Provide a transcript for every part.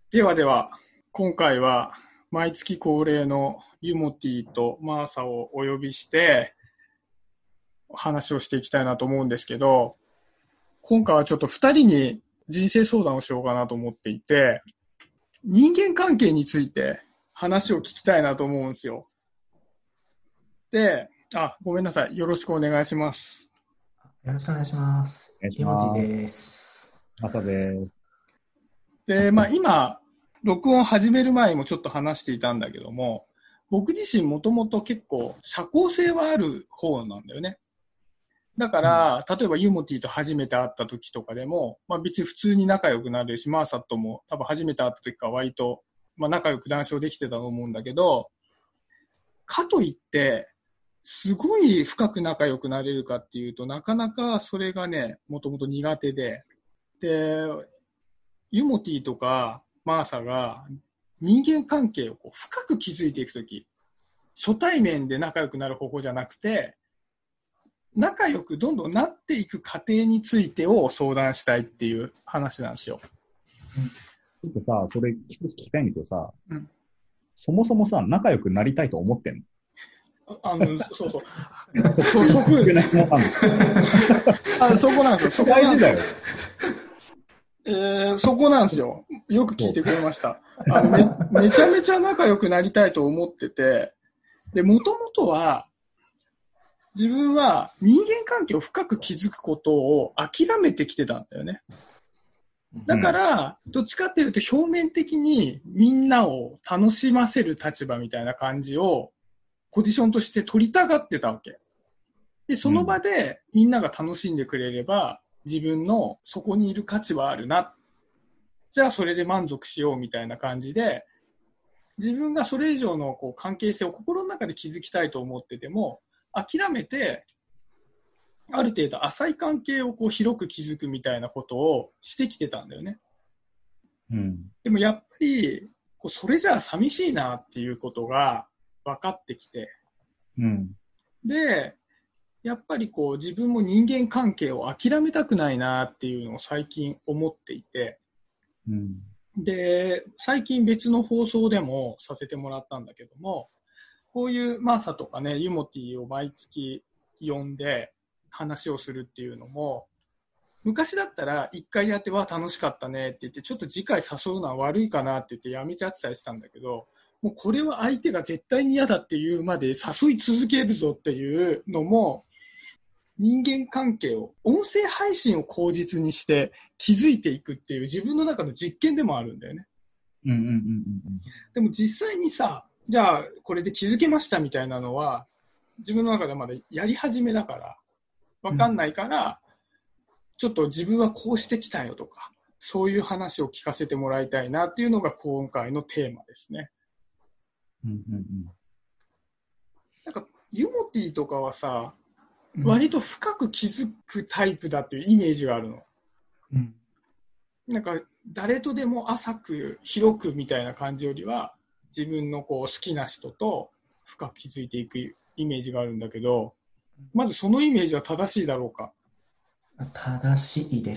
ではでは、今回は毎月恒例のユモティとマーサをお呼びして話をしていきたいなと思うんですけど、今回はちょっと二人に人生相談をしようかなと思っていて、人間関係について話を聞きたいなと思うんですよ。で、ごめんなさい。よろしくお願いします。 よろしくお願いします。 お願いしユモテます。 ィです。 またです。 で、今、録音始める前にもちょっと話していたんだけども、僕自身もともと結構社交性はある方なんだよね。だから、例えばユモティと初めて会った時とかでも、別に普通に仲良くなるし、マーサとも多分初めて会った時から割と、仲良く談笑できてたと思うんだけど、かといって、すごい深く仲良くなれるかっていうと、なかなかそれがね、もともと苦手で、で、ユモティとかマーサが人間関係をこう深く築いていくとき、初対面で仲良くなる方法じゃなくて、仲良くどんどんなっていく過程についてを相談したいっていう話なんですよ。 ちょっとさ、それ一つ聞きたいんだけどさ、 そもそもさ、仲良くなりたいと思ってんの？ そうそう。そこなんですよ。そこなんですよ。そこなんですよ。よく聞いてくれました。めちゃめちゃ仲良くなりたいと思ってて、で、もともとは、自分は人間関係を深く築くことを諦めてきてたんだよね。だから、どっちかっていうと表面的にみんなを楽しませる立場みたいな感じをポジションとして取りたがってたわけ。で、その場でみんなが楽しんでくれれば自分のそこにいる価値はあるな。じゃあそれで満足しようみたいな感じで、自分がそれ以上のこう関係性を心の中で築きたいと思ってても、諦めて、ある程度浅い関係をこう広く築くみたいなことをしてきてたんだよね。でもやっぱり、それじゃあ寂しいなっていうことが分かってきて、で、やっぱり自分も人間関係を諦めたくないなっていうのを最近思っていて、で、最近別の放送でもさせてもらったんだけども、こういうマーサとかね、ユモティを毎月呼んで話をするっていうのも、昔だったら一回やって楽しかったねって言って、ちょっと次回誘うのは悪いかなって言ってやめちゃってたりしたんだけど、もうこれは相手が絶対に嫌だっていうまで誘い続けるぞっていうのも、人間関係を、音声配信を口実にして築いていくっていう自分の中の実験でもあるんだよね。でも実際にさ、じゃあこれで気づけましたみたいなのは自分の中でまだやり始めだから分かんないから、ちょっと自分はこうしてきたよとかそういう話を聞かせてもらいたいなっていうのが今回のテーマですね。なんかユモティとかはさ、割と深く築くタイプだっていうイメージがあるの。なんか誰とでも浅く広くみたいな感じよりは自分の好きな人と深く築いていくイメージがあるんだけど、まずそのイメージは正しいだろうか？ 正しいです。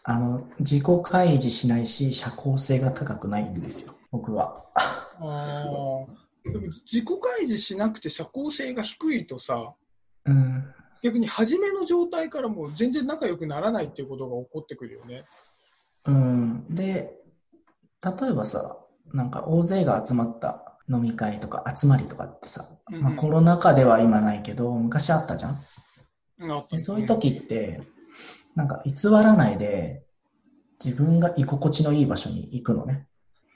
自己開示しないし、社交性が高くないんですよ、僕は。 でも自己開示しなくて社交性が低いとさ、逆に初めの状態からもう全然仲良くならないっていうことが起こってくるよね。 で、例えばさ、なんか大勢が集まった飲み会とか集まりとかってさ、コロナ禍では今ないけど、昔あったじゃん。でそういう時って、なんか偽らないで、自分が居心地のいい場所に行くのね。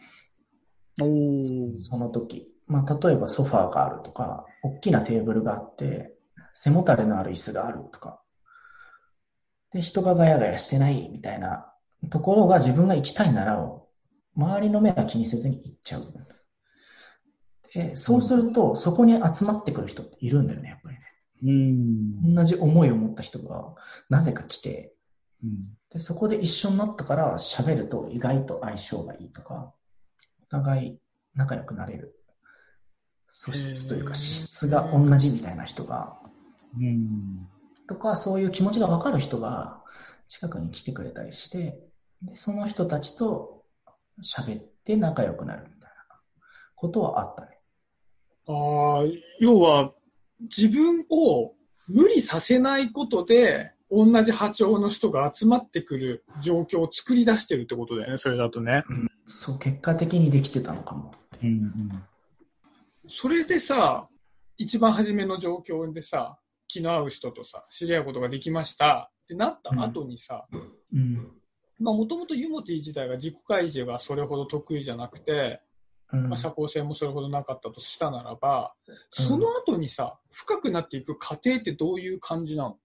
その時。例えばソファーがあるとか、大きなテーブルがあって、背もたれのある椅子があるとか。で、人がガヤガヤしてないみたいなところが自分が行きたいなら、周りの目は気にせずに行っちゃう。で、そうすると、そこに集まってくる人っているんだよね、やっぱりね。同じ思いを持った人がなぜか来て、で、そこで一緒になったから喋ると意外と相性がいいとか、お互い仲良くなれる素質というか資質が同じみたいな人が、とか、そういう気持ちが分かる人が近くに来てくれたりして、でその人たちと喋って仲良くなるみたいなことはあったね。 ああ、要は、自分を無理させないことで、同じ波長の人が集まってくる状況を作り出してるってことだよね、それだとね。 そう、結果的にできてたのかもって。 それでさ、一番初めの状況でさ、気の合う人とさ、知り合うことができましたってなった後にさ、もともとユモティ自体が自己開示がそれほど得意じゃなくて、社交性もそれほどなかったとしたならば、その後にさ、深くなっていく過程ってどういう感じなの？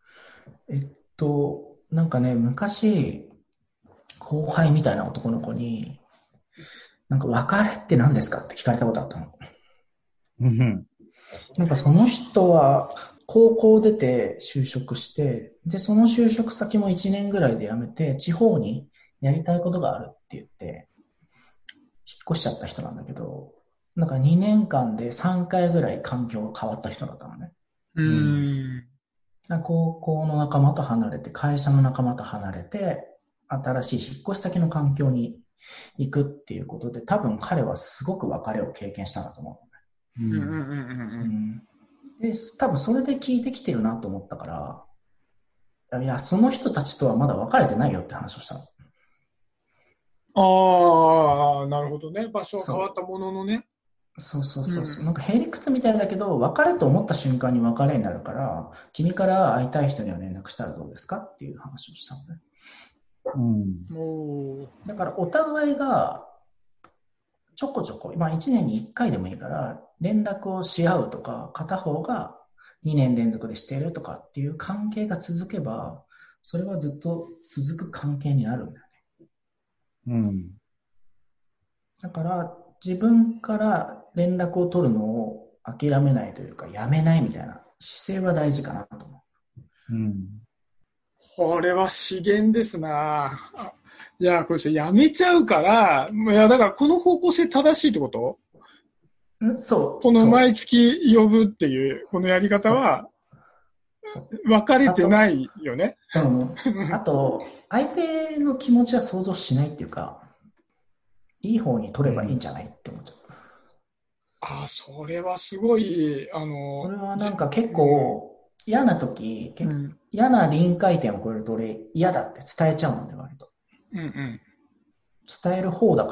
なんかね、昔、後輩みたいな男の子に、なんか別れって何ですかって聞かれたことあったの。なんかその人は高校出て就職して、で、その就職先も1年ぐらいで辞めて、地方にやりたいことがあるって言って、引っ越しちゃった人なんだけど、なんか2年間で3回ぐらい環境が変わった人だったのね。高校の仲間と離れて、会社の仲間と離れて、新しい引っ越し先の環境に行くっていうことで、多分彼はすごく別れを経験したんだと思う。で、多分それで聞いてきてるなと思ったから、いや、その人たちとはまだ別れてないよって話をしたの。 ああ、なるほどね。場所は変わったもののね。 そう。なんかへりくつみたいだけど、別れと思った瞬間に別れになるから、君から会いたい人には連絡したらどうですかっていう話をしたのね。だからお互いがちょこちょこ、1年に1回でもいいから連絡をし合うとか、片方が2年連続でしているとかっていう関係が続けば、それはずっと続く関係になるんだよね。だから自分から連絡を取るのを諦めないというか、やめないみたいな姿勢は大事かなと思う。 これは資源ですな。いや、これやめちゃうから、いや、だからこの方向性正しいってこと？ そう。 この毎月呼ぶっていう、このやり方は、分かれてないよね。 あと、相手の気持ちは想像しないっていうか、いい方に取ればいいんじゃないって思っちゃう。 それはすごい、 これはなんか結構嫌な時、嫌な臨界点を超えると俺嫌だって伝えちゃうので、割と。伝える方だから、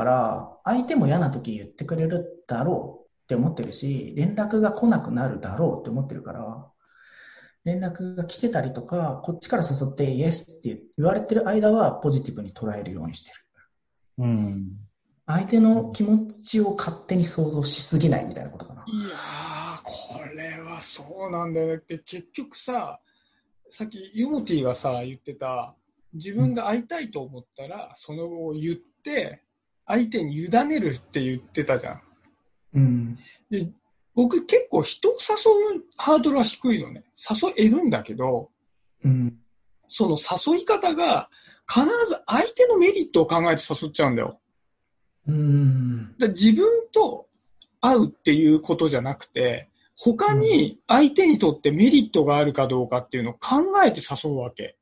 相手も嫌な時言ってくれるだろうって思ってるし、連絡が来なくなるだろうって思ってるから、連絡が来てたりとか、こっちから誘ってイエスって言われてる間はポジティブに捉えるようにしてる。相手の気持ちを勝手に想像しすぎないみたいなことかな。 いやー、これはそうなんだよねって、結局さっきユモティがさ言ってた、自分が会いたいと思ったらその後言って相手に委ねるって言ってたじゃん。で、僕結構人を誘うハードルは低いのね。誘えるんだけど、その誘い方が必ず相手のメリットを考えて誘っちゃうんだよ。自分と会うっていうことじゃなくて、他に相手にとってメリットがあるかどうかっていうのを考えて誘うわけ。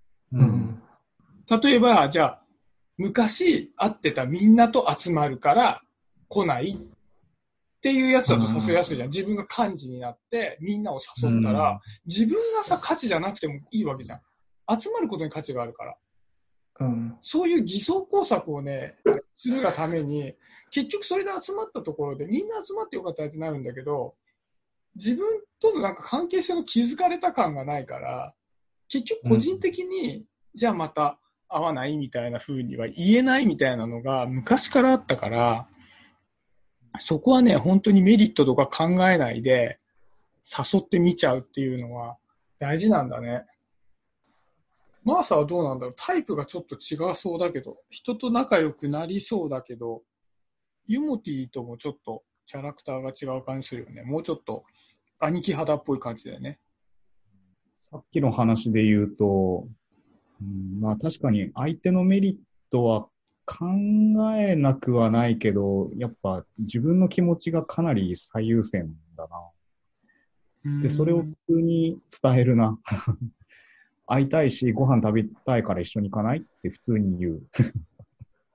例えば、じゃあ、昔会ってたみんなと集まるから来ないっていうやつだと誘いやすいじゃん。自分が幹事になってみんなを誘ったら、自分がさ、価値じゃなくてもいいわけじゃん。集まることに価値があるから。そういう偽装工作をね、するがために、結局それで集まったところで、みんな集まってよかったってなるんだけど、自分とのなんか関係性の築かれた感がないから、結局個人的に、じゃあまた会わないみたいな風には言えないみたいなのが昔からあったから、そこはね、本当にメリットとか考えないで誘ってみちゃうっていうのは大事なんだね。マーサはどうなんだろう。タイプがちょっと違うそうだけど、人と仲良くなりそうだけど、ユモティともちょっとキャラクターが違う感じするよね。もうちょっと兄貴肌っぽい感じだよね。 さっきの話で言うと、確かに相手のメリットは考えなくはないけど、やっぱ自分の気持ちがかなり最優先だな。で、それを普通に伝えるな。会いたいし、ご飯食べたいから一緒に行かないって普通に言う。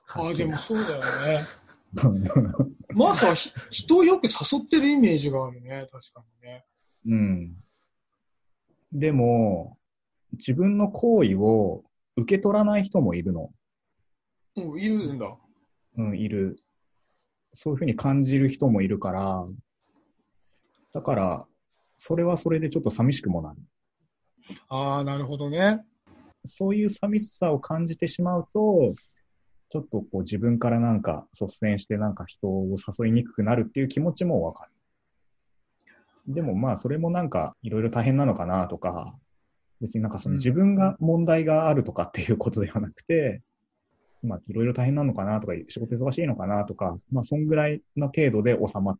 ああ、でもはっきりな。 そうだよね。マーサは人をよく誘ってるイメージがあるね。確かにね。 うん。でも、自分の行為を受け取らない人もいるの。 うん、いるんだ。 うん、いる。そういうふうに感じる人もいるから、だから、それはそれでちょっと寂しくもなる。 ああ、なるほどね。 そういう寂しさを感じてしまうと、ちょっとこう自分からなんか率先してなんか人を誘いにくくなるっていう気持ちもわかる。でもまあそれもなんかいろいろ大変なのかなとか、別になんかその自分が問題があるとかっていうことではなくて、まあいろいろ大変なのかなとか、仕事忙しいのかなとか、まあそんぐらいの程度で収まって、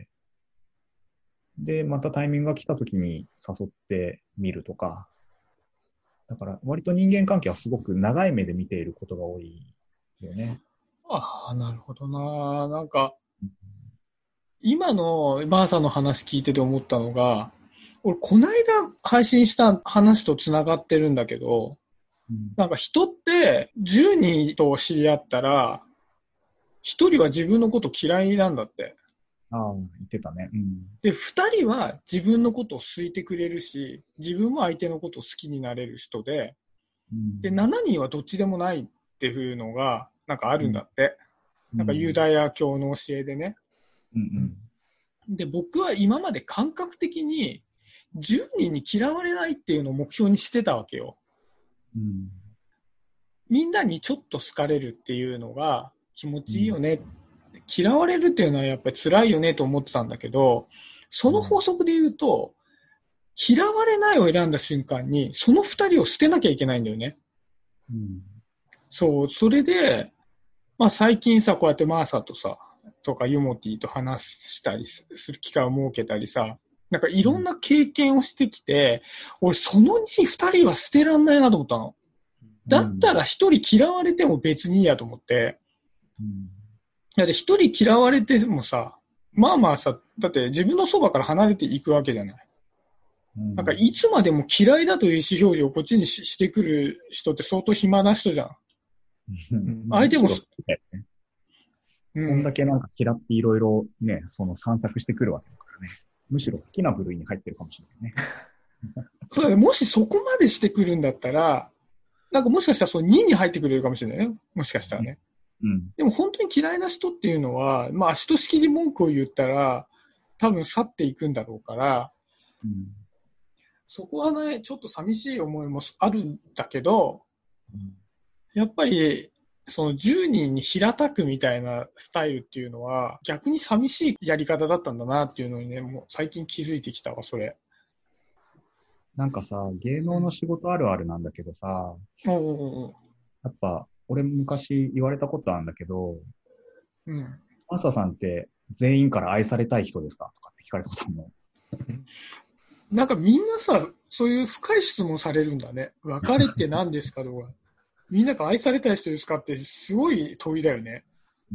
で、またタイミングが来た時に誘ってみるとか、だから割と人間関係はすごく長い目で見ていることが多いよね。 ああ、なるほどな。なんか、今のバーさんの話聞いてて思ったのが、俺、こないだ配信した話とつながってるんだけど、なんか人って10人と知り合ったら、1人は自分のこと嫌いなんだって。 ああ、言ってたね。うん。 で、2人は自分のことを好いてくれるし、自分も相手のことを好きになれる人で、で、7人はどっちでもないっていうのが、なんかあるんだって。なんかユダヤ教の教えでね。 うんで、僕は今まで感覚的に10人に嫌われないっていうのを目標にしてたわけよ。 うん。 みんなにちょっと好かれるっていうのが気持ちいいよね。嫌われるっていうのはやっぱり辛いよねと思ってたんだけど、その法則で言うと、嫌われないを選んだ瞬間に、その2人を捨てなきゃいけないんだよね。 うん。 そう、それで、まあ最近さ、こうやってマーサとさ、とかユモティと話したりする機会を設けたりさ、なんかいろんな経験をしてきて、俺その2、2人は捨てらんないなと思ったの。だったら1人嫌われても別にいいやと思って。だって1人嫌われてもさ、まあまあさ、だって自分のそばから離れていくわけじゃない。なんかいつまでも嫌いだという意思表示をこっちにしてくる人って相当暇な人じゃん。相手も、 そんだけなんか嫌っていろいろね、その散策してくるわけだからね。むしろ好きな部類に入ってるかもしれないね。 そうだね。もしそこまでしてくるんだったら、なんかもしかしたらその2に入ってくれるかもしれないね。もしかしたらね。でも本当に嫌いな人っていうのは、まあ、足としきり文句を言ったら、多分去っていくんだろうから、そこはね、ちょっと寂しい思いもあるんだけど、やっぱり、その10人に平たくみたいなスタイルっていうのは、逆に寂しいやり方だったんだなっていうのにね、もう最近気づいてきたわ、それ。 なんかさ、芸能の仕事あるあるなんだけどさ、やっぱ、俺昔言われたことあるんだけど、マサさんって全員から愛されたい人ですかとかって聞かれたことあるの。 なんかみんなさ、そういう深い質問されるんだね。別れって何ですかとか。みんなが愛されたい人ですかってすごい問いだよね。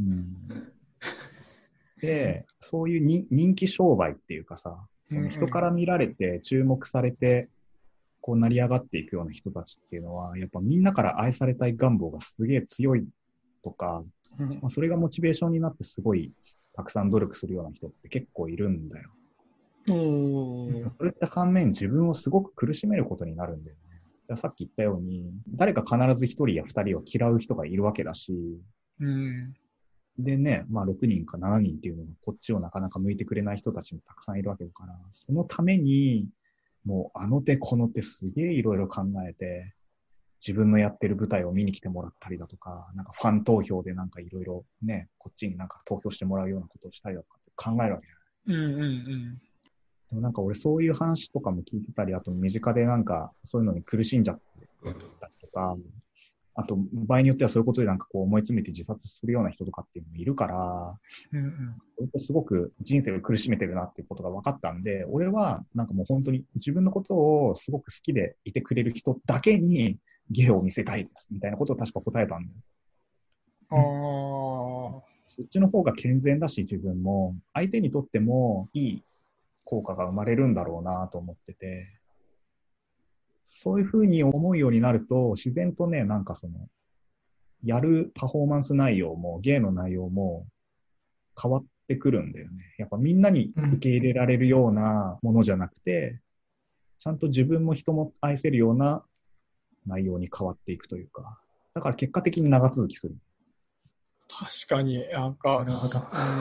で、そういう人気商売っていうかさ、その人から見られて注目されて、こう成り上がっていくような人たちっていうのは、やっぱみんなから愛されたい願望がすげえ強いとか、まあ、それがモチベーションになってすごいたくさん努力するような人って結構いるんだよ。それって反面自分をすごく苦しめることになるんだよね。さっき言ったように、誰か必ず1人や2人は嫌う人がいるわけだし、でね、まあ6人か7人っていうのがこっちをなかなか向いてくれない人たちもたくさんいるわけだから、そのために、もうあの手この手すげえいろいろ考えて、自分のやってる舞台を見に来てもらったりだとか、なんかファン投票でなんかいろいろね、こっちになんか投票してもらうようなことをしたりだとかって考えるわけじゃない。でもなんか俺そういう話とかも聞いてたり、あと身近でなんかそういうのに苦しんじゃったりとか、あと場合によってはそういうことでなんかこう思い詰めて自殺するような人とかっていうのもいるから、すごく人生を苦しめてるなっていうことが分かったんで、俺はなんかもう本当に自分のことをすごく好きでいてくれる人だけに芸を見せたいですみたいなことを確か答えたんだよ。そっちの方が健全だし自分も相手にとってもいい効果が生まれるんだろうなと思ってて、そういうふうに思うようになると自然とね、なんかそのやるパフォーマンス内容も芸の内容も変わってくるんだよね。やっぱみんなに受け入れられるようなものじゃなくて、ちゃんと自分も人も愛せるような内容に変わっていくというか、だから結果的に長続きする。 確かに、なんか、 なるほど。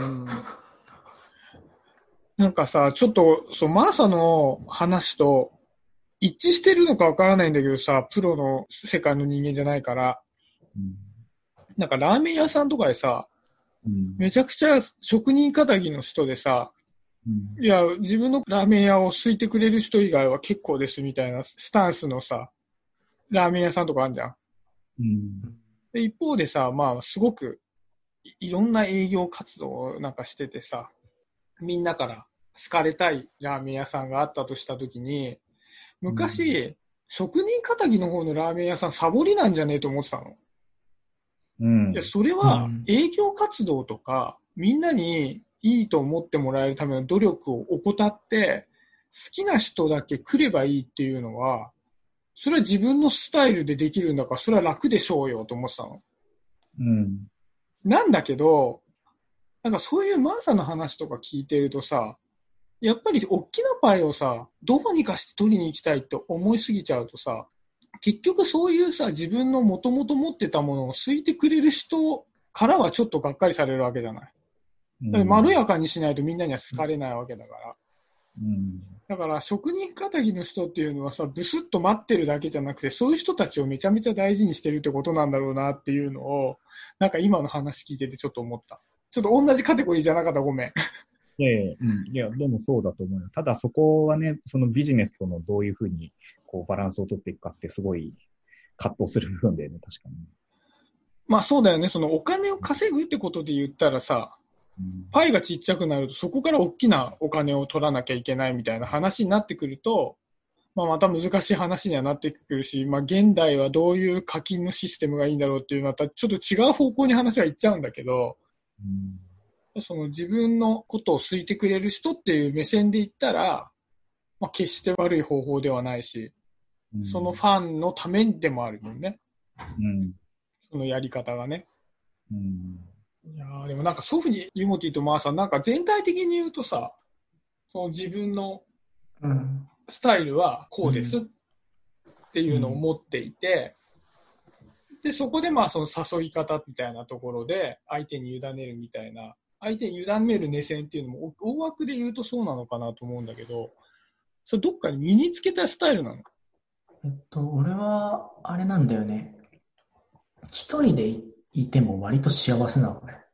なんかさ、ちょっと、マーサの話と一致してるのかわからないんだけどさ、プロの世界の人間じゃないから、なんかラーメン屋さんとかでさ、めちゃくちゃ職人気質の人でさ、いや、自分のラーメン屋を空いてくれる人以外は結構ですみたいなスタンスのさ、ラーメン屋さんとかあるじゃん。で一方でさ、まあ、すごくいろんな営業活動をなんかしててさ、みんなから好かれたいラーメン屋さんがあったとしたときに、昔、職人気質の方のラーメン屋さんサボりなんじゃねえと思ってたの。いや、それは営業活動とか、みんなにいいと思ってもらえるための努力を怠って、好きな人だけ来ればいいっていうのは、それは自分のスタイルでできるんだから、それは楽でしょうよと思ってたの。なんだけど、なんかそういうマーサの話とか聞いてるとさ、やっぱり大きなパイをさ、どうにかして取りに行きたいって思いすぎちゃうとさ、結局そういうさ、自分のもともと持ってたものを好いてくれる人からはちょっとがっかりされるわけじゃない。だってまろやかにしないとみんなには好かれないわけだから。だから職人気質の人っていうのはさ、ブスッと待ってるだけじゃなくて、そういう人たちをめちゃめちゃ大事にしてるってことなんだろうなっていうのを、なんか今の話聞いててちょっと思った。ちょっと同じカテゴリーじゃなかったらごめん。 いや、でもそうだと思うよ。ただそこはね、そのビジネスとのどういうふうにこうバランスを取っていくかってすごい葛藤する部分でね、確かに。 まあそうだよね。そのお金を稼ぐってことで言ったらさ、パイがちっちゃくなるとそこから大きなお金を取らなきゃいけないみたいな話になってくると、まあまた難しい話にはなってくるし、まあ現代はどういう課金のシステムがいいんだろうっていうのはちょっと違う方向に話はいっちゃうんだけど、その自分のことを好いてくれる人っていう目線で言ったら、まあ、決して悪い方法ではないし、そのファンのためにでもあるもんね。そのやり方がね。いやでもなんかそういうふうにリモティとマーさん、なんか全体的に言うとさ、その自分のスタイルはこうですっていうのを持っていて、で、そこでまあその誘い方みたいなところで相手に委ねるみたいな、相手に委ねる目線っていうのも大枠で言うとそうなのかなと思うんだけど、それどっかに身につけたスタイルなの？ 俺は、あれなんだよね。一人でいても割と幸せなのね。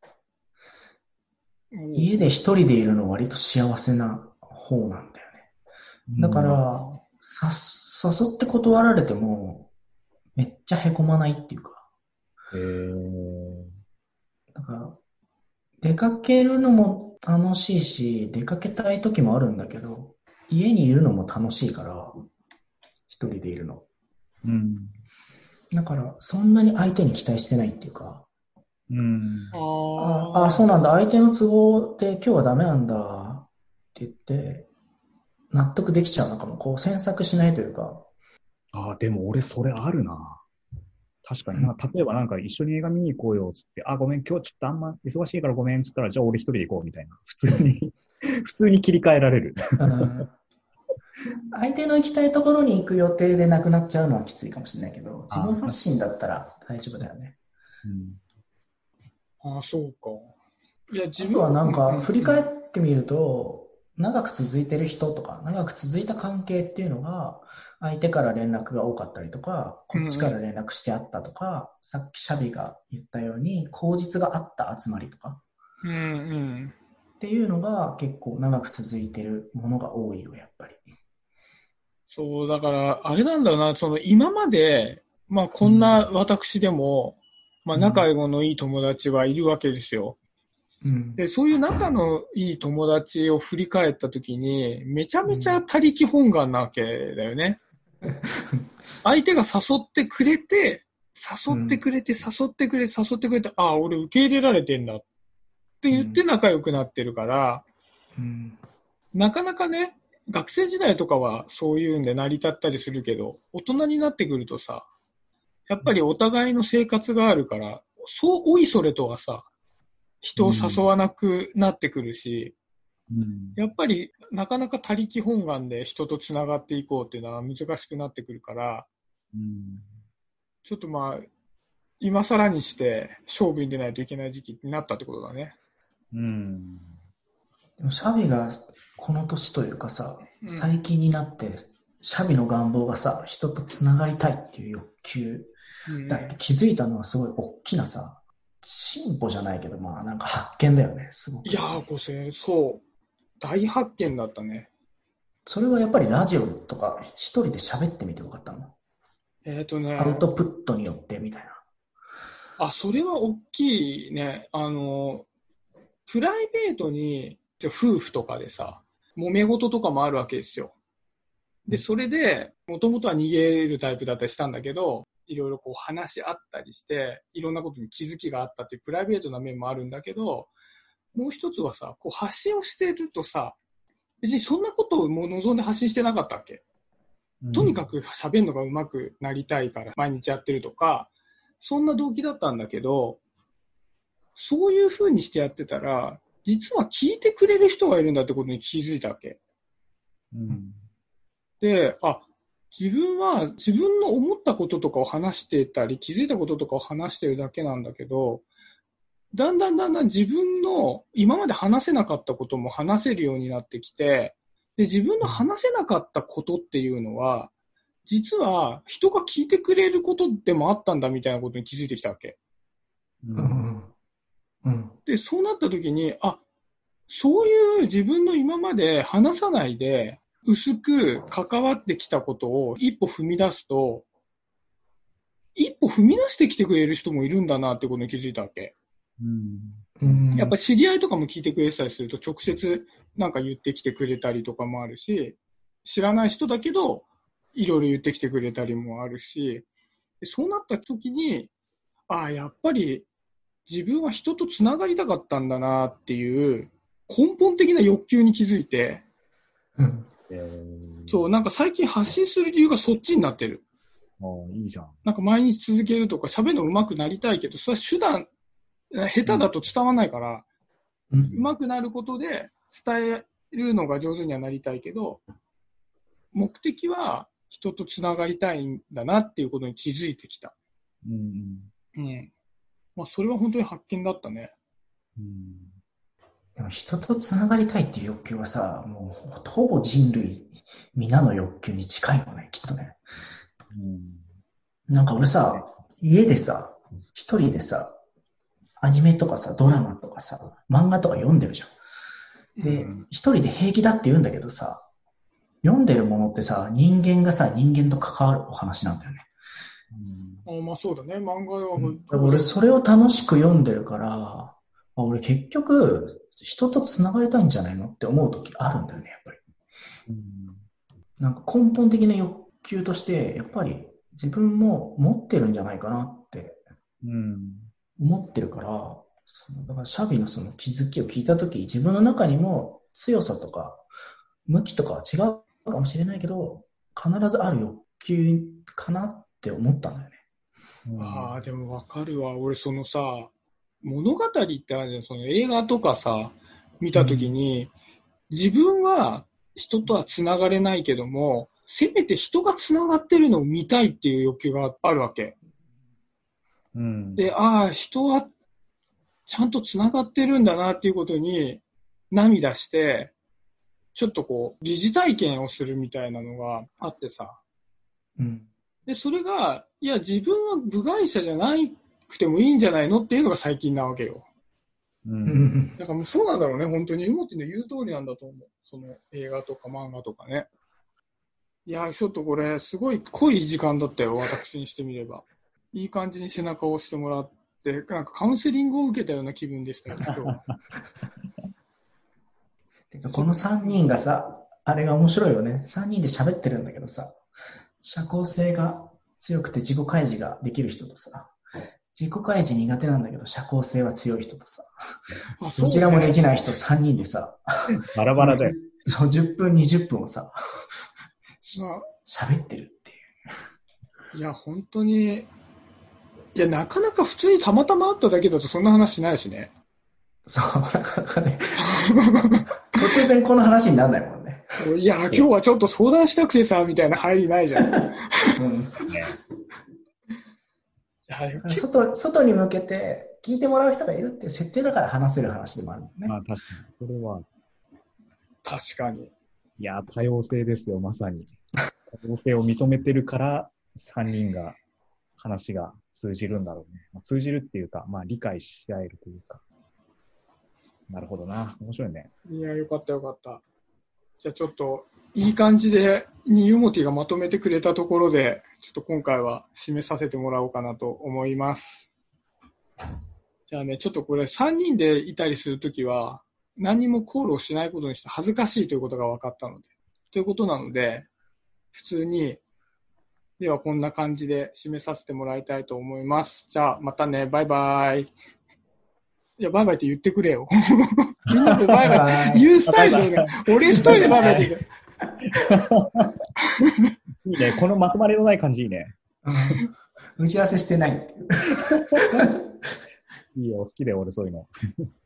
家で一人でいるの割と幸せな方なんだよね。だから、誘って断られても、めっちゃへこまないっていうか。だから、出かけるのも楽しいし、出かけたい時もあるんだけど、家にいるのも楽しいから、一人でいるの。だから、そんなに相手に期待してないっていうか、そうなんだ、相手の都合で今日はダメなんだって言って、納得できちゃうのかも、こう詮索しないというか。 でも俺それあるな。確かにな。例えばなんか一緒に映画見に行こうよ、つって、ごめん、今日ちょっとあんま忙しいからごめん、つったら、じゃあ俺一人で行こう、みたいな。普通に切り替えられる。 相手の行きたいところに行く予定でなくなっちゃうのはきついかもしれないけど、自分発信だったら大丈夫だよね。 そうか。いや、 自分はなんか振り返ってみると、長く続いてる人とか、長く続いた関係っていうのが、相手から連絡が多かったりとか、こっちから連絡してあったとか、さっきシャビが言ったように、口実があった集まりとか、っていうのが結構長く続いてるものが多いよ、やっぱり。 そう、だから、あれなんだろうな、その今まで、まあこんな私でも、まあ仲のいい友達はいるわけですよ。で、そういう仲のいい友達を振り返ったときに、めちゃめちゃ他力本願なわけだよね。相手が誘ってくれて、俺受け入れられてんだって言って仲良くなってるから、なかなかね、学生時代とかはそういうんで成り立ったりするけど、大人になってくるとさ、 やっぱりお互いの生活があるから、そうおいそれとはさ、人を誘わなくなってくるし、やっぱりなかなか他力本願で人とつながっていこうっていうのは難しくなってくるから、ちょっとまあ、今更にして勝負に出ないといけない時期になったってことだね。 でもシャビがこの年というかさ、最近になって、シャビの願望がさ、人とつながりたいっていう欲求だって気づいたのはすごい大きなさ、進歩じゃないけど、まあなんか発見だよね、すごく。 いやー、これ、そう。大発見だったね。 それはやっぱりラジオとか一人で喋ってみてよかったの？アウトプットによってみたいな。 あ、それは大きいね。プライベートに、夫婦とかでさ、揉め事とかもあるわけですよ。で、それで、もともとは逃げるタイプだったりしたんだけど、いろいろこう話し合ったりして、いろんなことに気づきがあったっていうプライベートな面もあるんだけど、もう一つはさ、こう発信をしてるとさ、別にそんなことをもう望んで発信してなかったわけ。とにかく喋るのが上手くなりたいから毎日やってるとか、そんな動機だったんだけど、そういう風にしてやってたら、実は聞いてくれる人がいるんだってことに気づいたわけ。で、自分は自分の思ったこととかを話してたり、気づいたこととかを話してるだけなんだけど、だんだん自分の今まで話せなかったことも話せるようになってきて、で、自分の話せなかったことっていうのは、実は人が聞いてくれることでもあったんだみたいなことに気づいてきたわけ。で、そうなった時に、そういう自分の今まで話さないで、薄く関わってきたことを一歩踏み出すと、一歩踏み出してきてくれる人もいるんだなってことに気づいたわけ。やっぱ知り合いとかも聞いてくれてたりすると直接なんか言ってきてくれたりとかもあるし、知らない人だけどいろいろ言ってきてくれたりもあるし、そうなった時に、やっぱり自分は人とつながりたかったんだなっていう根本的な欲求に気づいて、そう、なんか最近発信する理由がそっちになってる。 いいじゃん。なんか毎日続けるとか喋るの上手くなりたいけど、それは手段、下手だと伝わらないから、上手くなることで伝えるのが上手にはなりたいけど、目的は人とつながりたいんだなっていうことに気づいてきた。それは本当に発見だったね。 でも人とつながりたいっていう欲求はさ、もうほぼ人類皆の欲求に近いよね、きっとね。なんか俺さ、家でさ、一人でさ、アニメとかさ、ドラマとかさ、漫画とか読んでるじゃん。で、一人で平気だって言うんだけどさ、読んでるものってさ、人間がさ、人間と関わるお話なんだよね。 そうだね、漫画は。 俺それを楽しく読んでるから、俺結局、人と繋がりたいんじゃないのって思う時あるんだよね、やっぱり。なんか根本的な欲求として、やっぱり自分も持ってるんじゃないかなって思ってるから、だからシャビのその気づきを聞いた時、自分の中にも強さとか向きとかは違うかもしれないけど、必ずある欲求かなって思ったんだよね。 でもわかるわ。俺そのさ、物語ってあるじゃん、その映画とかさ、見たときに、自分は人とは繋がれないけども、せめて人が繋がってるのを見たいっていう欲求があるわけ。で、人はちゃんと繋がってるんだなっていうことに涙して、ちょっとこう、疑似体験をするみたいなのがあってさ。で、それが、いや、自分は部外者じゃなくてもいいんじゃないのっていうのが最近なわけよ。だからもうそうなんだろうね、本当に。妹の言う通りなんだと思う。その映画とか漫画とかね。いや、ちょっとこれ、すごい濃い時間だったよ、私にしてみれば。いい感じに背中を押してもらって、なんかカウンセリングを受けたような気分でしたよ、今日。この3人がさ、あれが面白いよね。3人で喋ってるんだけどさ、社交性が強くて自己開示ができる人とさ、自己開示苦手なんだけど社交性は強い人とさ、どちらもできない人3人でさ、 バラバラで。 そう、10分、20分をさ、喋ってるっていう。 いや、本当に、 いや、なかなか普通にたまたま会っただけだとそんな話しないしね。 そう、なかなかね、突然この話にならないもんね。 いや、今日はちょっと相談したくてさ、みたいな入りないじゃん。いや外に向けて聞いてもらう人がいるっていう設定だから話せる話でもあるもんね。 まあ確かに。それは。 確かに。 いや、多様性ですよ、まさに。多様性を認めてるから、3人が話が通じるんだろうね。まあ、通じるっていうか、まあ理解し合えるというか。なるほどな。面白いね。 いや、よかったよかった。じゃあちょっと、いい感じで、ユモティがまとめてくれたところで、ちょっと今回は締めさせてもらおうかなと思います。じゃあね、ちょっとこれ3人でいたりするときは、何にもコールをしないことにして恥ずかしいということが分かったので。ということなので、普通に、ではこんな感じで締めさせてもらいたいと思います。じゃあまたね、バイバイ。いや、バイバイって言ってくれよ。みんなでバイバイ言うスタイルで、ね、俺一人でバイバイって言って。 いいね。このまとまりのない感じいいね。 打ち合わせしてないっていう。 いいよ、好きだよ、俺そういうの。